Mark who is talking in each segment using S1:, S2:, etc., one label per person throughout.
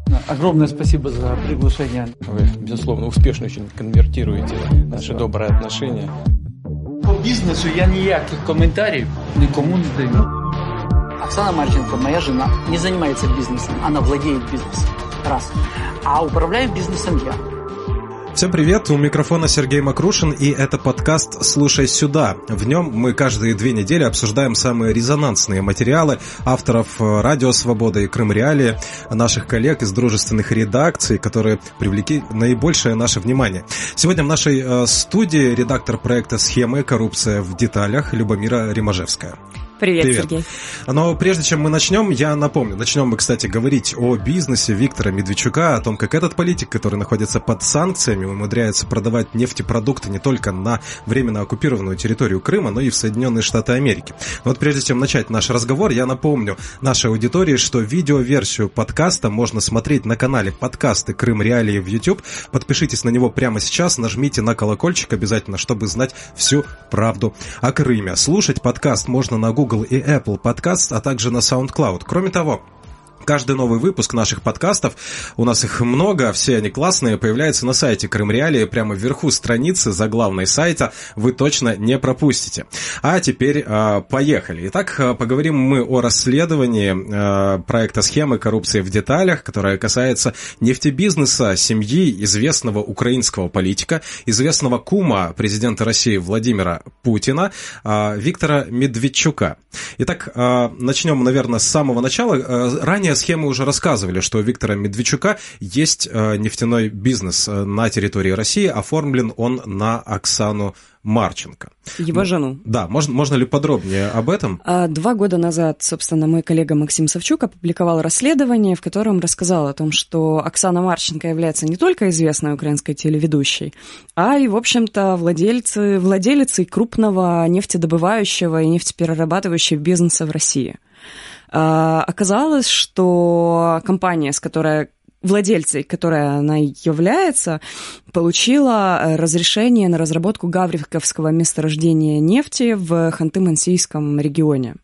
S1: Огромное спасибо за приглашение.
S2: Вы, безусловно, успешно очень конвертируете наши добрые отношения.
S1: По бізнесу я ніяких коментарів никому не даю.
S3: Оксана Марченко, моя жена, не занимается бизнесом, она владеет бизнесом. Раз. А управляю бизнесом я.
S4: Всем привет, у микрофона Сергей Макрушин, и это подкаст «Слушай сюда». В нем мы каждые 2 недели обсуждаем самые резонансные материалы авторов «Радио Свобода» и «Крым Реалии», наших коллег из дружественных редакций, которые привлекли наибольшее наше внимание. Сегодня в нашей студии редактор проекта «Схемы. Коррупция в деталях» Любомира Римажевская.
S5: Привет, Сергей.
S4: Но прежде чем мы начнем, я напомню, начнем мы, кстати, говорить о бизнесе Виктора Медведчука, о том, как этот политик, который находится под санкциями, умудряется продавать нефтепродукты не только на временно оккупированную территорию Крыма, но и в Соединенные Штаты Америки. Но вот прежде чем начать наш разговор, я напомню нашей аудитории, что видеоверсию подкаста можно смотреть на канале подкасты «Крым Реалии» в YouTube. Подпишитесь на него прямо сейчас, нажмите на колокольчик обязательно, чтобы знать всю правду о Крыме. Слушать подкаст можно на Google и Apple Podcasts, а также на SoundCloud. Кроме того, каждый новый выпуск наших подкастов, у нас их много, все они классные, появляется на сайте Крым Реалии, прямо вверху страницы заглавной сайта, вы точно не пропустите. А теперь поехали. Итак, поговорим мы о расследовании проекта «Схемы. Коррупции в деталях», которое касается нефтебизнеса семьи известного украинского политика, известного кума президента России Владимира Путина, Виктора Медведчука. Итак, начнем, наверное, с самого начала. Ранее схемы уже рассказывали, что у Виктора Медведчука есть нефтяной бизнес на территории России, оформлен он на Оксану Марченко.
S5: Его жену.
S4: Да, можно ли подробнее об этом?
S5: 2 года назад, собственно, мой коллега Максим Савчук опубликовал расследование, в котором рассказал о том, что Оксана Марченко является не только известной украинской телеведущей, а и, в общем-то, владелицей крупного нефтедобывающего и нефтеперерабатывающего бизнеса в России. Оказалось, что компания, владельцей, которой она является, получила разрешение на разработку гавриковского месторождения нефти в Ханты-Мансийском регионе.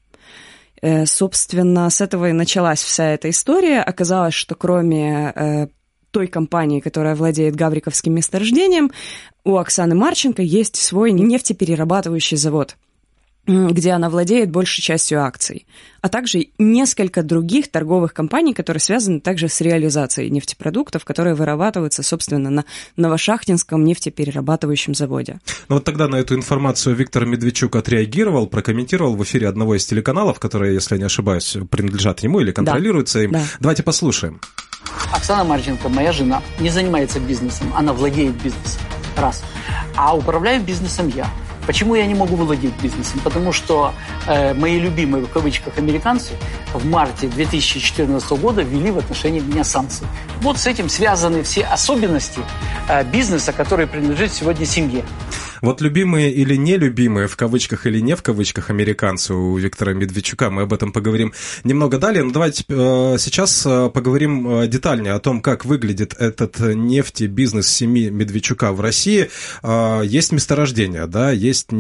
S5: Собственно, с этого и началась вся эта история. Оказалось, что кроме той компании, которая владеет гавриковским месторождением, у Оксаны Марченко есть свой нефтеперерабатывающий завод, где она владеет большей частью акций, а также несколько других торговых компаний, которые связаны также с реализацией нефтепродуктов, которые вырабатываются, собственно, на Новошахтинском нефтеперерабатывающем заводе.
S4: Ну вот тогда на эту информацию Виктор Медведчук отреагировал, прокомментировал в эфире одного из телеканалов, которые, если я не ошибаюсь, принадлежат ему или контролируются им. Да. Давайте послушаем.
S3: Оксана Марченко, моя жена, не занимается бизнесом, она владеет бизнесом. Раз. А управляю бизнесом я. Почему я не могу владеть бизнесом? Потому что мои любимые, в кавычках, американцы в марте 2014 года ввели в отношении меня санкции. Вот с этим связаны все особенности бизнеса, который принадлежит сегодня семье.
S4: Вот любимые или нелюбимые, в кавычках или не в кавычках, американцы у Виктора Медведчука, мы об этом поговорим немного далее. Но давайте сейчас поговорим детальнее о том, как выглядит этот нефтебизнес семьи Медведчука в России. Есть месторождение, да, есть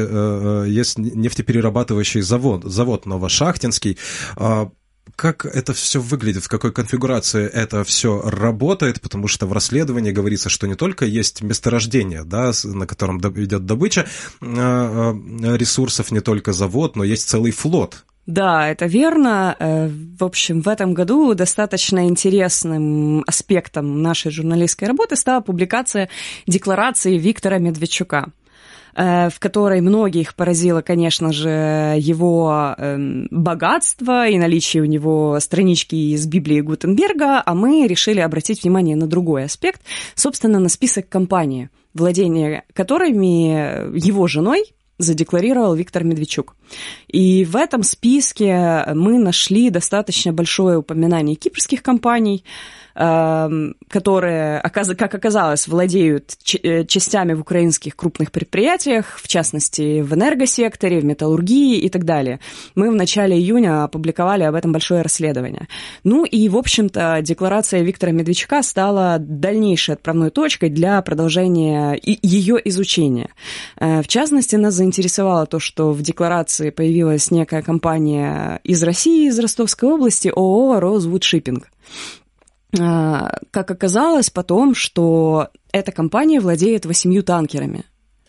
S4: нефтеперерабатывающий завод Новошахтинский. Как это все выглядит, в какой конфигурации это все работает, потому что в расследовании говорится, что не только есть месторождение, да, на котором идет добыча ресурсов, не только завод, но есть целый флот.
S5: Да, это верно. В общем, в этом году достаточно интересным аспектом нашей журналистской работы стала публикация декларации Виктора Медведчука, в которой многих поразило, конечно же, его богатство и наличие у него странички из Библии Гутенберга, а мы решили обратить внимание на другой аспект, собственно, на список компаний, владение которыми его женой задекларировал Виктор Медведчук. И в этом списке мы нашли достаточно большое упоминание кипрских компаний, которые, как оказалось, владеют частями в украинских крупных предприятиях, в частности, в энергосекторе, в металлургии и так далее. Мы в начале июня опубликовали об этом большое расследование. Ну и, в общем-то, декларация Виктора Медведчука стала дальнейшей отправной точкой для продолжения ее изучения. В частности, нас заинтересовало то, что в декларации появилась некая компания из России, из Ростовской области, ООО «Rosewood Shipping». как оказалось потом, что эта компания владеет 8 танкерами.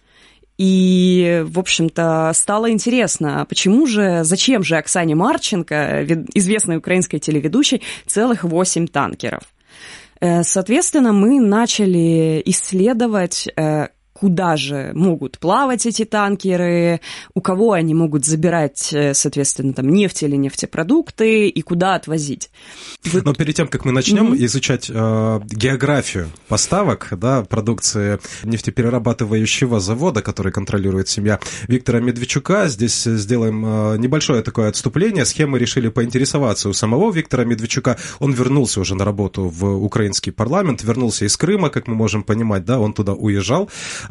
S5: И, в общем-то, стало интересно, зачем же Оксане Марченко, известной украинской телеведущей, целых 8 танкеров. Соответственно, мы начали исследовать, куда же могут плавать эти танкеры, у кого они могут забирать, соответственно, там, нефть или нефтепродукты и куда отвозить.
S4: Но перед тем, как мы начнем изучать географию поставок, да, продукции нефтеперерабатывающего завода, который контролирует семья Виктора Медведчука, здесь сделаем небольшое такое отступление. Схемы решили поинтересоваться у самого Виктора Медведчука. Он вернулся уже на работу в украинский парламент, вернулся из Крыма, как мы можем понимать, да, он туда уезжал.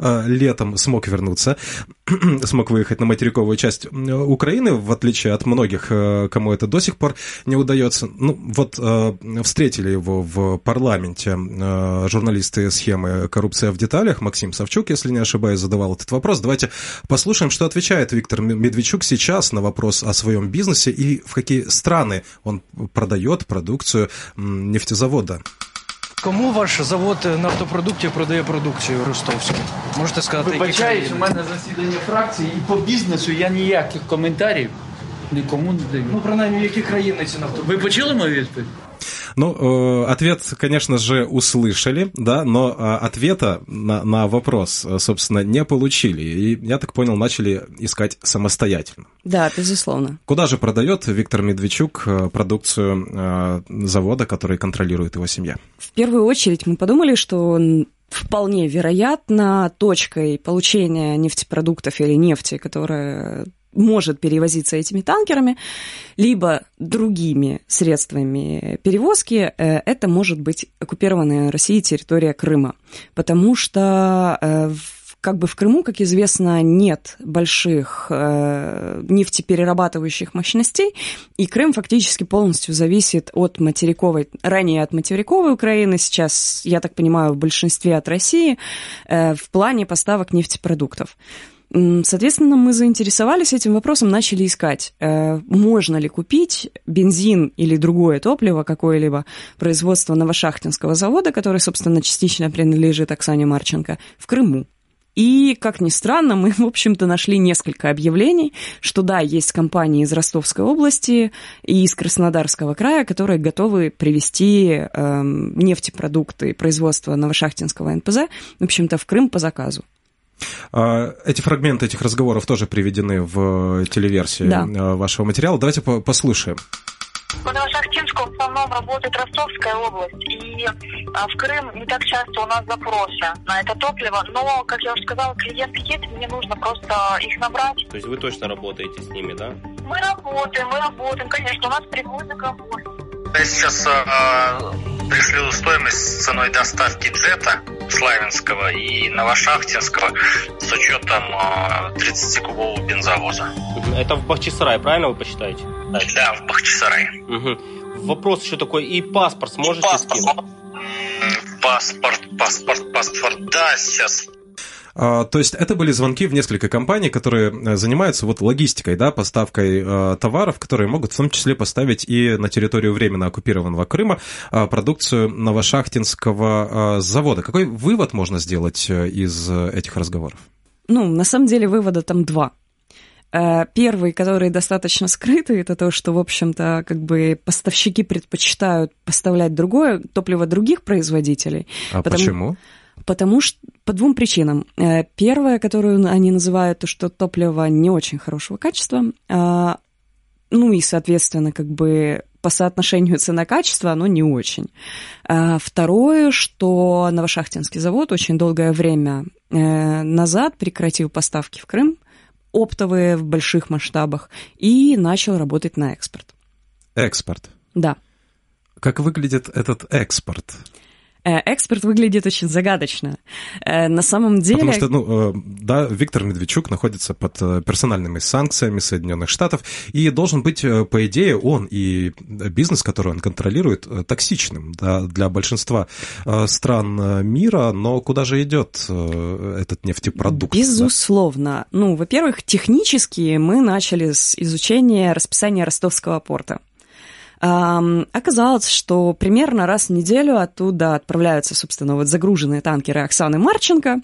S4: Летом смог вернуться, смог выехать на материковую часть Украины, в отличие от многих, кому это до сих пор не удается. Ну, вот встретили его в парламенте журналисты схемы «Коррупция в деталях». Максим Савчук, если не ошибаюсь, задавал этот вопрос. Давайте послушаем, что отвечает Виктор Медведчук сейчас на вопрос о своем бизнесе и в какие страны он продает продукцію нефтезавода.
S2: Кому ваш завод нафтопродуктів продає продукцію ростовську? Можете сказати,
S1: Вибачаюсь, у мене засідання фракції, і по бізнесу я ніяких коментарів нікому не даю.
S2: Ну, принаймні, які країни ці нафтопродукти?
S1: Ви почули мою відповідь?
S4: Ну, ответ, конечно же, услышали, да, но ответа на вопрос, собственно, не получили. И, я так понял, начали искать самостоятельно.
S5: Да, безусловно.
S4: Куда же продает Виктор Медведчук продукцию завода, который контролирует его семья?
S5: В первую очередь мы подумали, что вполне вероятно точкой получения нефтепродуктов или нефти, которая может перевозиться этими танкерами, либо другими средствами перевозки, это может быть оккупированная Россией территория Крыма. Потому что как бы в Крыму, как известно, нет больших нефтеперерабатывающих мощностей, и Крым фактически полностью зависит от ранее от материковой Украины, сейчас, я так понимаю, в большинстве от России, в плане поставок нефтепродуктов. Соответственно, мы заинтересовались этим вопросом, начали искать, можно ли купить бензин или другое топливо какое-либо производства Новошахтинского завода, который, собственно, частично принадлежит Оксане Марченко, в Крыму. И, как ни странно, мы, в общем-то, нашли несколько объявлений, что да, есть компании из Ростовской области и из Краснодарского края, которые готовы привезти нефтепродукты производства Новошахтинского НПЗ, в общем-то, в Крым по заказу.
S4: Эти фрагменты этих разговоров тоже приведены в телеверсии вашего материала. Давайте послушаем.
S6: В Новошахтинску в основном работает Ростовская область, и в Крым не так часто у нас запросы на это топливо, но, как я уже сказала, клиент едет, мне нужно просто их набрать.
S7: То есть вы точно работаете с ними, да?
S6: Мы работаем, конечно, у нас прямой договор.
S8: Я сейчас пришлю стоимость с ценой доставки джета Славянского и Новошахтинского с учетом 30-кубового бензовоза.
S7: Это в Бахчисарай, правильно вы посчитаете?
S8: Да, в Бахчисарай.
S7: Угу. Вопрос еще такой, и паспорт сможете скинуть?
S8: Паспорт, да, сейчас.
S4: То есть это были звонки в несколько компаний, которые занимаются вот логистикой, да, поставкой товаров, которые могут в том числе поставить и на территорию временно оккупированного Крыма продукцию Новошахтинского завода. Какой вывод можно сделать из этих разговоров? Ну,
S5: на самом деле вывода там два. Первый, который достаточно скрытый, это то, что, в общем-то, как бы поставщики предпочитают поставлять другое топливо других производителей.
S4: Почему?
S5: Потому что по двум причинам. Первая, которую они называют, то, что топливо не очень хорошего качества, ну и, соответственно, как бы по соотношению цена-качество оно не очень. Второе, что Новошахтинский завод очень долгое время назад прекратил поставки в Крым, оптовые в больших масштабах, и начал работать на экспорт.
S4: Экспорт?
S5: Да.
S4: Как выглядит этот экспорт?
S5: Экспорт выглядит очень загадочно. На самом деле...
S4: Потому что, да, Виктор Медведчук находится под персональными санкциями Соединенных Штатов, и должен быть, по идее, он и бизнес, который он контролирует, токсичным, да, для большинства стран мира, но куда же идет этот нефтепродукт?
S5: Безусловно. Да? Ну, во-первых, технически мы начали с изучения расписания Ростовского порта. Оказалось, что примерно раз в неделю оттуда отправляются, собственно, вот загруженные танкеры Оксаны Марченко,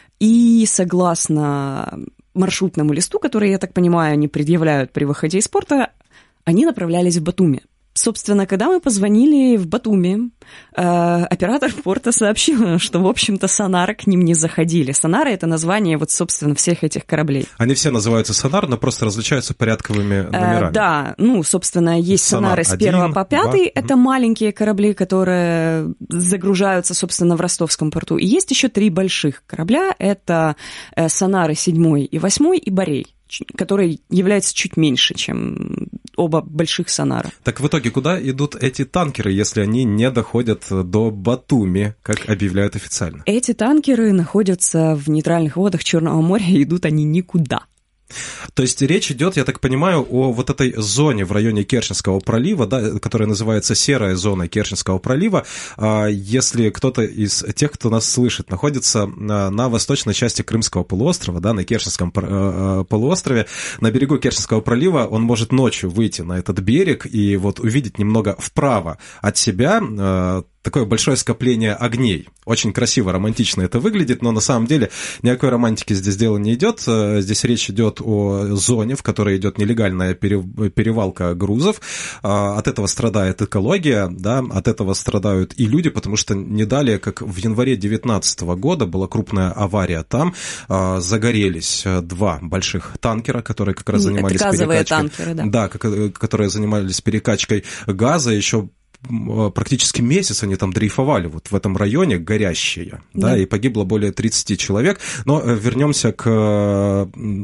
S5: и согласно маршрутному листу, который, я так понимаю, они предъявляют при выходе из порта, они направлялись в Батуми. Собственно, когда мы позвонили в Батуми, оператор порта сообщил, что, в общем-то, сонары к ним не заходили. Сонары — это название, вот, собственно, всех этих кораблей.
S4: Они все называются сонар, но просто различаются порядковыми номерами.
S5: Да, ну, собственно, есть сонары с 1 по 5, это маленькие корабли, которые загружаются, собственно, в Ростовском порту. И есть еще 3 больших корабля, это сонары 7 и 8 и Борей, который является чуть меньше, чем оба больших сонара.
S4: Так в итоге куда идут эти танкеры, если они не доходят до Батуми, как объявляют официально?
S5: Эти танкеры находятся в нейтральных водах Черного моря, и идут они никуда.
S4: То есть речь идет, я так понимаю, о вот этой зоне в районе Керченского пролива, да, которая называется серая зона Керченского пролива. Если кто-то из тех, кто нас слышит, находится на восточной части Крымского полуострова, да, на Керченском полуострове, на берегу Керченского пролива, он может ночью выйти на этот берег и вот увидеть немного вправо от себя такое большое скопление огней. Очень красиво, романтично это выглядит, но на самом деле никакой романтики здесь дело не идет. Здесь речь идет о зоне, в которой идет нелегальная перевалка грузов. От этого страдает экология, да, от этого страдают и люди, потому что не далее, как в январе 2019 года была крупная авария там, загорелись 2 больших танкера, которые как раз занимались перекачкой.
S5: Танкеры, да.
S4: Да, которые занимались перекачкой газа. Еще практически месяц они там дрейфовали вот в этом районе, горящие, да, и погибло более 30 человек. Но вернемся к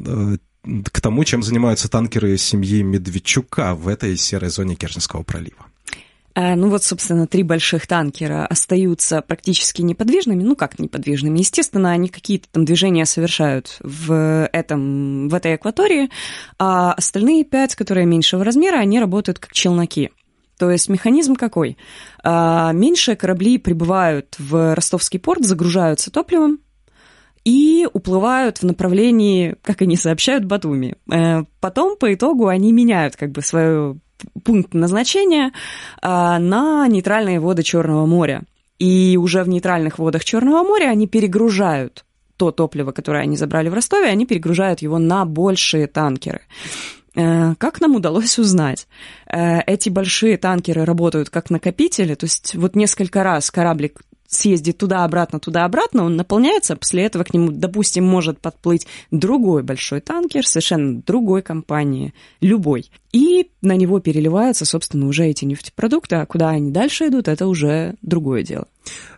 S4: тому, чем занимаются танкеры семьи Медведчука в этой серой зоне Керченского пролива.
S5: Ну вот, собственно, 3 больших танкера остаются практически неподвижными. Ну как неподвижными? Естественно, они какие-то там движения совершают в этой акватории, а остальные 5, которые меньшего размера, они работают как челноки. То есть механизм какой? Меньшие корабли прибывают в Ростовский порт, загружаются топливом и уплывают в направлении, как они сообщают, Батуми. Потом, по итогу, они меняют как бы свой пункт назначения на нейтральные воды Черного моря. И уже в нейтральных водах Черного моря они перегружают то топливо, которое они забрали в Ростове, они перегружают его на большие танкеры. Как нам удалось узнать? Эти большие танкеры работают как накопители, то есть вот несколько раз кораблик съездит туда-обратно, он наполняется, после этого к нему, допустим, может подплыть другой большой танкер, совершенно другой компании, любой, и на него переливаются, собственно, уже эти нефтепродукты, а куда они дальше идут, это уже другое дело.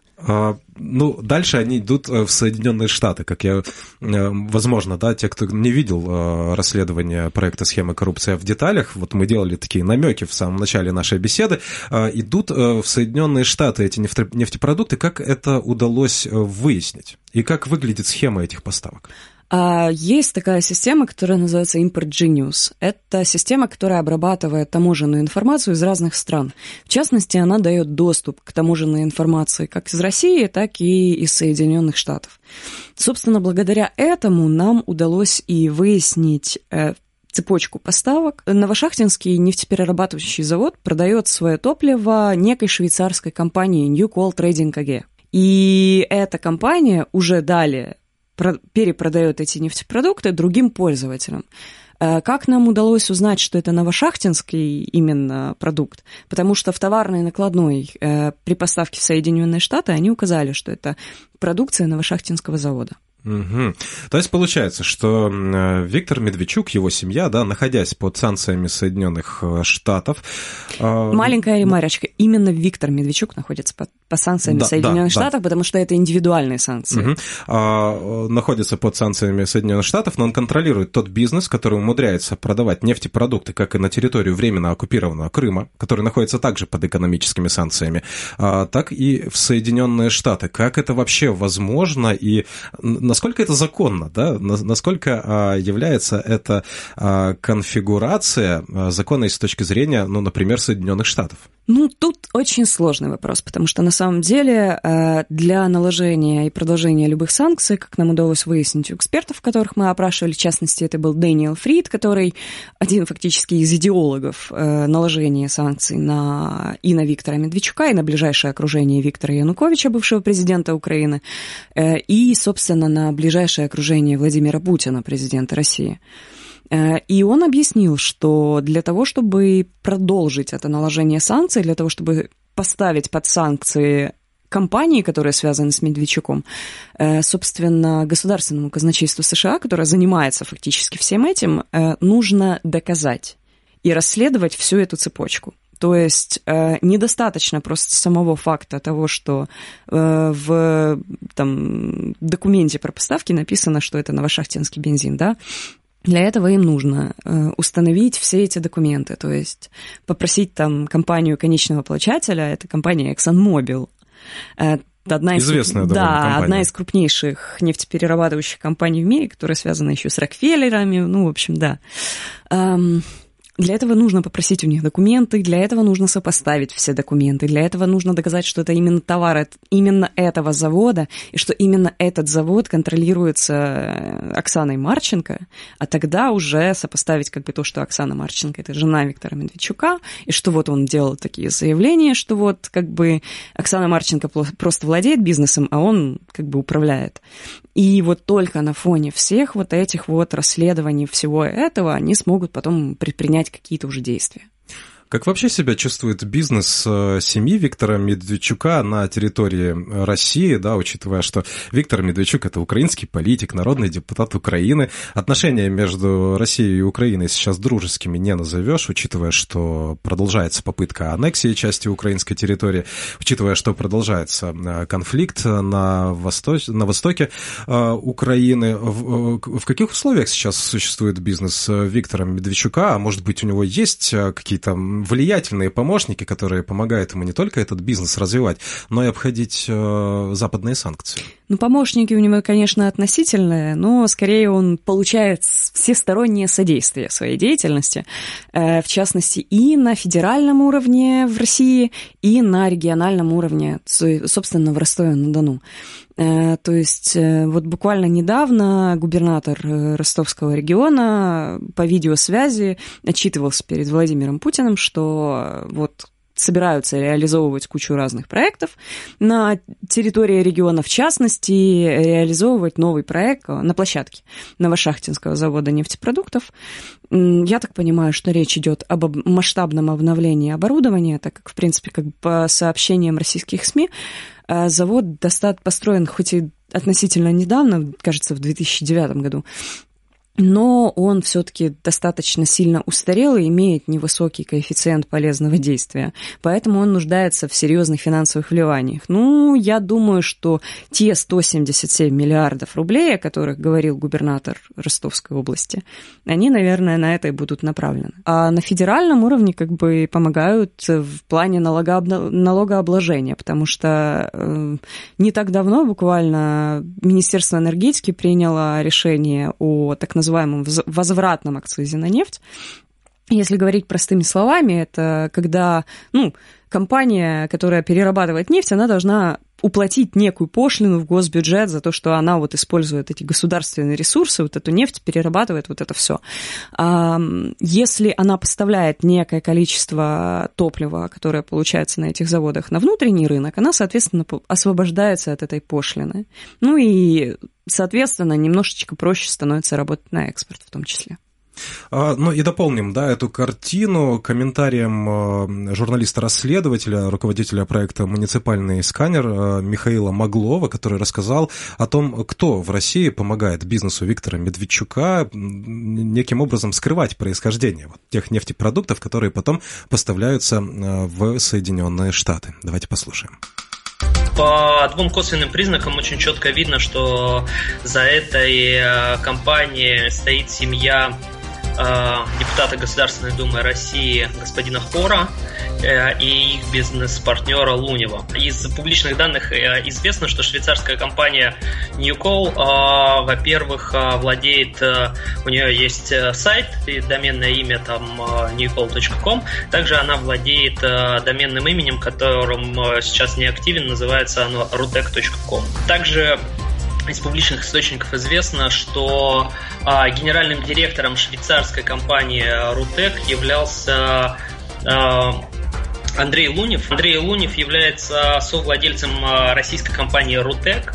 S4: Ну, дальше они идут в Соединенные Штаты, как я, возможно, да, те, кто не видел расследование проекта «Схемы коррупции» в деталях, вот мы делали такие намеки в самом начале нашей беседы, идут в Соединенные Штаты эти нефтепродукты. Как это удалось выяснить? И как выглядит схема этих поставок?
S5: Есть такая система, которая называется Import Genius. Это система, которая обрабатывает таможенную информацию из разных стран. В частности, она дает доступ к таможенной информации как из России, так и из Соединенных Штатов. Собственно, благодаря этому нам удалось и выяснить цепочку поставок. Новошахтинский нефтеперерабатывающий завод продает свое топливо некой швейцарской компании New Coal Trading AG. И эта компания уже далее перепродает эти нефтепродукты другим пользователям. Как нам удалось узнать, что это новошахтинский именно продукт? Потому что в товарной накладной при поставке в Соединенные Штаты они указали, что это продукция новошахтинского завода.
S4: Угу. То есть получается, что Виктор Медведчук, его семья, да, находясь под санкциями Соединенных Штатов...
S5: Маленькая ремарочка. Именно Виктор Медведчук находится под санкциями Соединенных Штатов, потому что это индивидуальные санкции.
S4: Находится под санкциями Соединенных Штатов, но он контролирует тот бизнес, который умудряется продавать нефтепродукты как и на территорию временно оккупированного Крыма, который находится также под экономическими санкциями, так и в Соединенные Штаты. Как это вообще возможно и насколько это законно, да? Насколько является эта конфигурация законной с точки зрения, ну, например, Соединенных Штатов?
S5: Ну, тут очень сложный вопрос, потому что на самом деле для наложения и продолжения любых санкций, как нам удалось выяснить у экспертов, которых мы опрашивали, в частности, это был Дэниел Фрид, который один фактически из идеологов наложения санкций и на Виктора Медведчука, и на ближайшее окружение Виктора Януковича, бывшего президента Украины, и, собственно, на ближайшее окружение Владимира Путина, президента России. И он объяснил, что для того, чтобы продолжить это наложение санкций, для того, чтобы поставить под санкции компании, которые связаны с Медведчуком, собственно, государственному казначейству США, которое занимается фактически всем этим, нужно доказать и расследовать всю эту цепочку. То есть недостаточно просто самого факта того, что в документе про поставки написано, что это новошахтинский бензин, да. Для этого им нужно установить все эти документы, то есть попросить там компанию конечного получателя, это компания ExxonMobil,
S4: известная довольно компания.
S5: Одна из крупнейших нефтеперерабатывающих компаний в мире, которая связана еще с Рокфеллерами, ну, в общем, да. Для этого нужно попросить у них документы, для этого нужно сопоставить все документы, для этого нужно доказать, что это именно товар именно этого завода, и что именно этот завод контролируется Оксаной Марченко, а тогда уже сопоставить как бы то, что Оксана Марченко – это жена Виктора Медведчука, и что вот он делал такие заявления, что вот как бы Оксана Марченко просто владеет бизнесом, а он как бы управляет. И вот только на фоне всех вот этих вот расследований всего этого они смогут потом предпринять какие-то уже действия.
S4: Как вообще себя чувствует бизнес семьи Виктора Медведчука на территории России, да, учитывая, что Виктор Медведчук – это украинский политик, народный депутат Украины. Отношения между Россией и Украиной сейчас дружескими не назовешь, учитывая, что продолжается попытка аннексии части украинской территории, учитывая, что продолжается конфликт на востоке Украины. В каких условиях сейчас существует бизнес Виктора Медведчука? А может быть, у него есть какие-то влиятельные помощники, которые помогают ему не только этот бизнес развивать, но и обходить западные санкции?
S5: Ну, помощники у него, конечно, относительные, но скорее он получает всестороннее содействие своей деятельности, в частности, и на федеральном уровне в России, и на региональном уровне, собственно, в Ростове-на-Дону. То есть вот буквально недавно губернатор Ростовского региона по видеосвязи отчитывался перед Владимиром Путиным, что вот собираются реализовывать кучу разных проектов на территории региона, в частности, реализовывать новый проект на площадке Новошахтинского завода нефтепродуктов. Я так понимаю, что речь идет об масштабном обновлении оборудования, так как, в принципе, как по сообщениям российских СМИ, завод построен хоть и относительно недавно, кажется, в 2009 году, но он все-таки достаточно сильно устарел и имеет невысокий коэффициент полезного действия, поэтому он нуждается в серьезных финансовых вливаниях. Ну, я думаю, что те 177 миллиардов рублей, о которых говорил губернатор Ростовской области, они, наверное, на это и будут направлены. А на федеральном уровне как бы помогают в плане налогообложения, потому что не так давно буквально Министерство энергетики приняло решение о так называемом возвратном акцизе на нефть. Если говорить простыми словами, это когда компания, которая перерабатывает нефть, она должна уплатить некую пошлину в госбюджет за то, что она вот использует эти государственные ресурсы, вот эту нефть, перерабатывает вот это все. Если она поставляет некое количество топлива, которое получается на этих заводах, на внутренний рынок, она, соответственно, освобождается от этой пошлины. Ну и, соответственно, немножечко проще становится работать на экспорт в том числе.
S4: Ну и дополним, да, эту картину комментарием журналиста-расследователя, руководителя проекта «Муниципальный сканер» Михаила Маглова, который рассказал о том, кто в России помогает бизнесу Виктора Медведчука неким образом скрывать происхождение вот тех нефтепродуктов, которые потом поставляются в Соединенные Штаты. Давайте послушаем.
S9: По двум косвенным признакам очень четко видно, что за этой компанией стоит семья депутата Государственной Думы России господина Хора и их бизнес-партнера Лунева. Из публичных данных известно, что швейцарская компания Newcall, во-первых, владеет, у нее есть сайт и доменное имя там newcall.com, также она владеет доменным именем, которым сейчас не активен, называется оно rutec.com. Также из публичных источников известно, что генеральным директором швейцарской компании Rutec являлся Андрей Лунев. Андрей Лунев является совладельцем российской компании Rutec.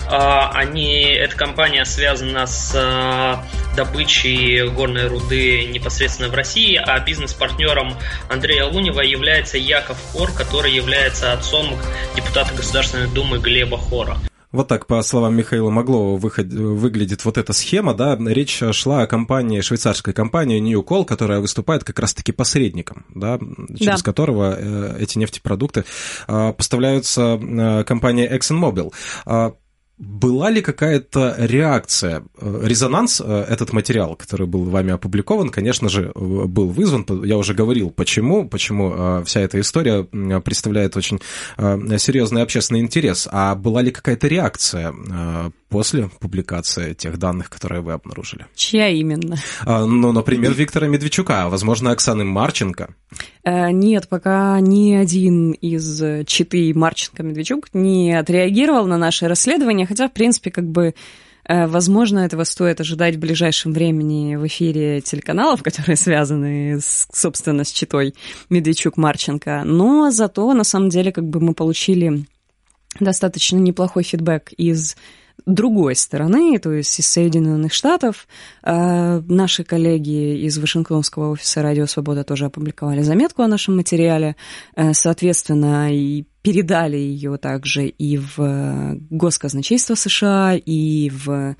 S9: Эта компания связана с добычей горной руды непосредственно в России, а бизнес-партнером Андрея Лунева является Яков Хор, который является отцом депутата Государственной Думы Глеба Хора.
S4: Вот так, по словам Михаила Маглова, выглядит вот эта схема, да, речь шла о компании, швейцарской компании Newcall, которая выступает как раз-таки посредником, да, через которого эти нефтепродукты поставляются компанией ExxonMobil. Была ли какая-то реакция, резонанс, этот материал, который был вами опубликован, конечно же, был вызван, я уже говорил, почему вся эта история представляет очень серьезный общественный интерес, а была ли какая-то реакция после публикации тех данных, которые вы обнаружили?
S5: Чья именно?
S4: Ну, например, Виктора Медведчука, возможно, Оксаны Марченко.
S5: Нет, пока ни один из читы Марченко-Медведчук не отреагировал на наше расследование, хотя, в принципе, возможно, этого стоит ожидать в ближайшем времени в эфире телеканалов, которые связаны, собственно, с читой Медведчук-Марченко, но зато, на самом деле, мы получили достаточно неплохой фидбэк из другой стороны, то есть из Соединенных Штатов. Наши коллеги из Вашингтонского офиса «Радио Свобода» тоже опубликовали заметку о нашем материале, соответственно, и передали ее также и в Госказначейство США, и в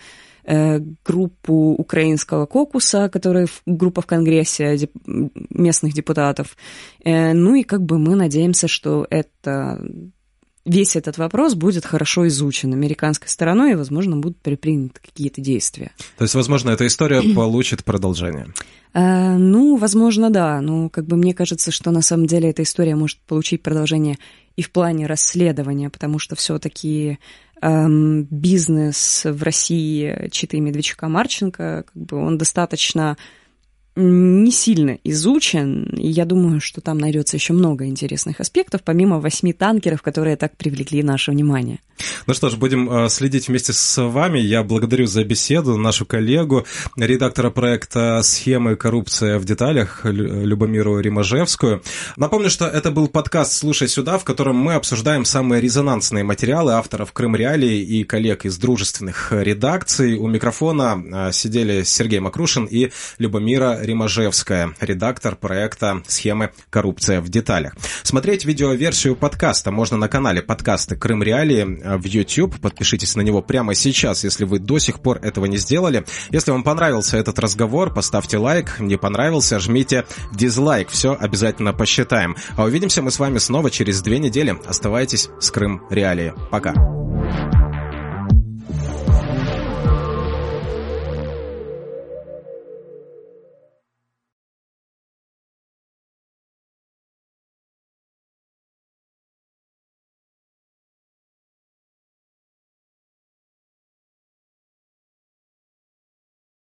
S5: группу Украинского кокуса, которая группа в Конгрессе местных депутатов. Ну и мы надеемся, что весь этот вопрос будет хорошо изучен американской стороной, и, возможно, будут предприняты какие-то действия.
S4: То есть, возможно, эта история получит продолжение?
S5: Возможно, да. Мне кажется, что на самом деле эта история может получить продолжение и в плане расследования, потому что все-таки бизнес в России читы Медведчука-Марченко, он достаточно не сильно изучен, и я думаю, что там найдется еще много интересных аспектов, помимо 8 танкеров, которые так привлекли наше внимание.
S4: Ну что ж, будем следить вместе с вами. Я благодарю за беседу нашу коллегу, редактора проекта «Схемы. Коррупция в деталях» Любомиру Римажевскую. Напомню, что это был подкаст «Слушай сюда», в котором мы обсуждаем самые резонансные материалы авторов Крым Реалии и коллег из дружественных редакций. У микрофона сидели Сергей Макрушин и Любомира Римажевская, редактор проекта «Схемы. Коррупция в деталях». Смотреть видеоверсию подкаста можно на канале подкасты «Крым Реалии» в YouTube. Подпишитесь на него прямо сейчас, если вы до сих пор этого не сделали. Если вам понравился этот разговор, поставьте лайк. Не понравился, жмите дизлайк. Все обязательно посчитаем. А увидимся мы с вами снова через 2 недели. Оставайтесь с Крым Реалии. Пока.